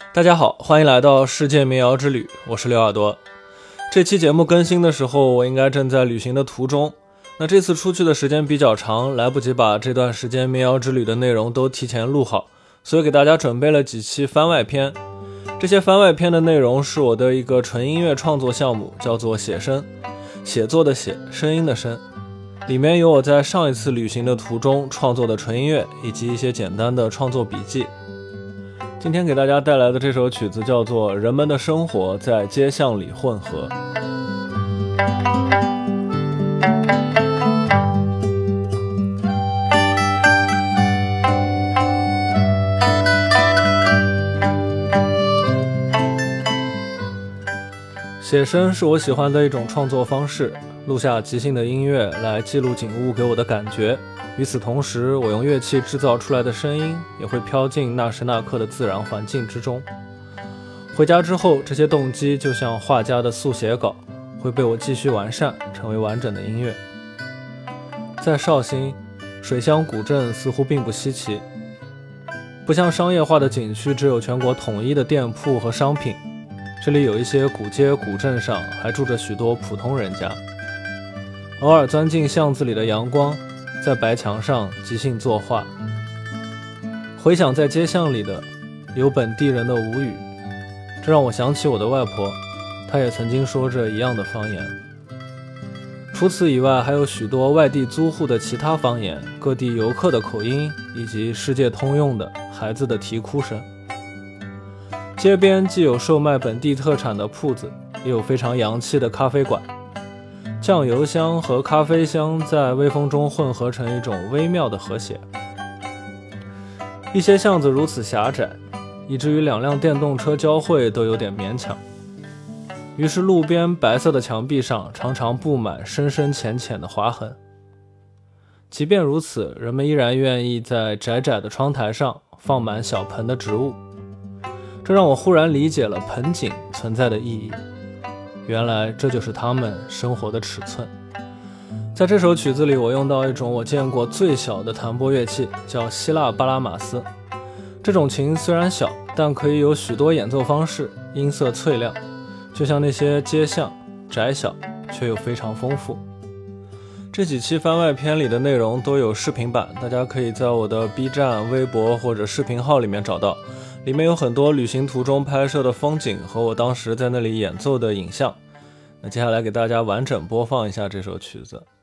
大家好，欢迎来到世界民谣之旅，我是刘耳朵。这期节目更新的时候，我应该正在旅行的途中。那这次出去的时间比较长，来不及把这段时间民谣之旅的内容都提前录好，所以给大家准备了几期番外篇。这些番外篇的内容是我的一个纯音乐创作项目，叫做写声，写作的写，声音的声。里面有我在上一次旅行的途中创作的纯音乐，以及一些简单的创作笔记。今天给大家带来的这首曲子叫做《人们的生活在街巷里混合》。写生是我喜欢的一种创作方式，录下即兴的音乐来记录景物给我的感觉。与此同时，我用乐器制造出来的声音也会飘进那时那刻的自然环境之中。回家之后，这些动机就像画家的速写稿，会被我继续完善，成为完整的音乐。在绍兴，水乡古镇似乎并不稀奇，不像商业化的景区只有全国统一的店铺和商品，这里有一些古街古镇上还住着许多普通人家。偶尔钻进巷子里的阳光，在白墙上即兴作画，回想在街巷里的有本地人的无语，这让我想起我的外婆，她也曾经说着一样的方言。除此以外，还有许多外地租户的其他方言，各地游客的口音，以及世界通用的孩子的啼哭声。街边既有售卖本地特产的铺子，也有非常洋气的咖啡馆。酱油香和咖啡香在微风中混合成一种微妙的和谐。一些巷子如此狭窄，以至于两辆电动车交汇都有点勉强。于是路边白色的墙壁上常常布满深深浅浅的划痕。即便如此，人们依然愿意在窄窄的窗台上放满小盆的植物。这让我忽然理解了盆景存在的意义。原来这就是他们生活的尺寸。在这首曲子里，我用到一种我见过最小的弹拨乐器，叫希腊巴拉马斯。这种琴虽然小，但可以有许多演奏方式，音色脆亮，就像那些街巷，窄小却又非常丰富。这几期番外篇里的内容都有视频版，大家可以在我的 B 站、微博或者视频号里面找到。里面有很多旅行途中拍摄的风景和我当时在那里演奏的影像。那接下来给大家完整播放一下这首曲子。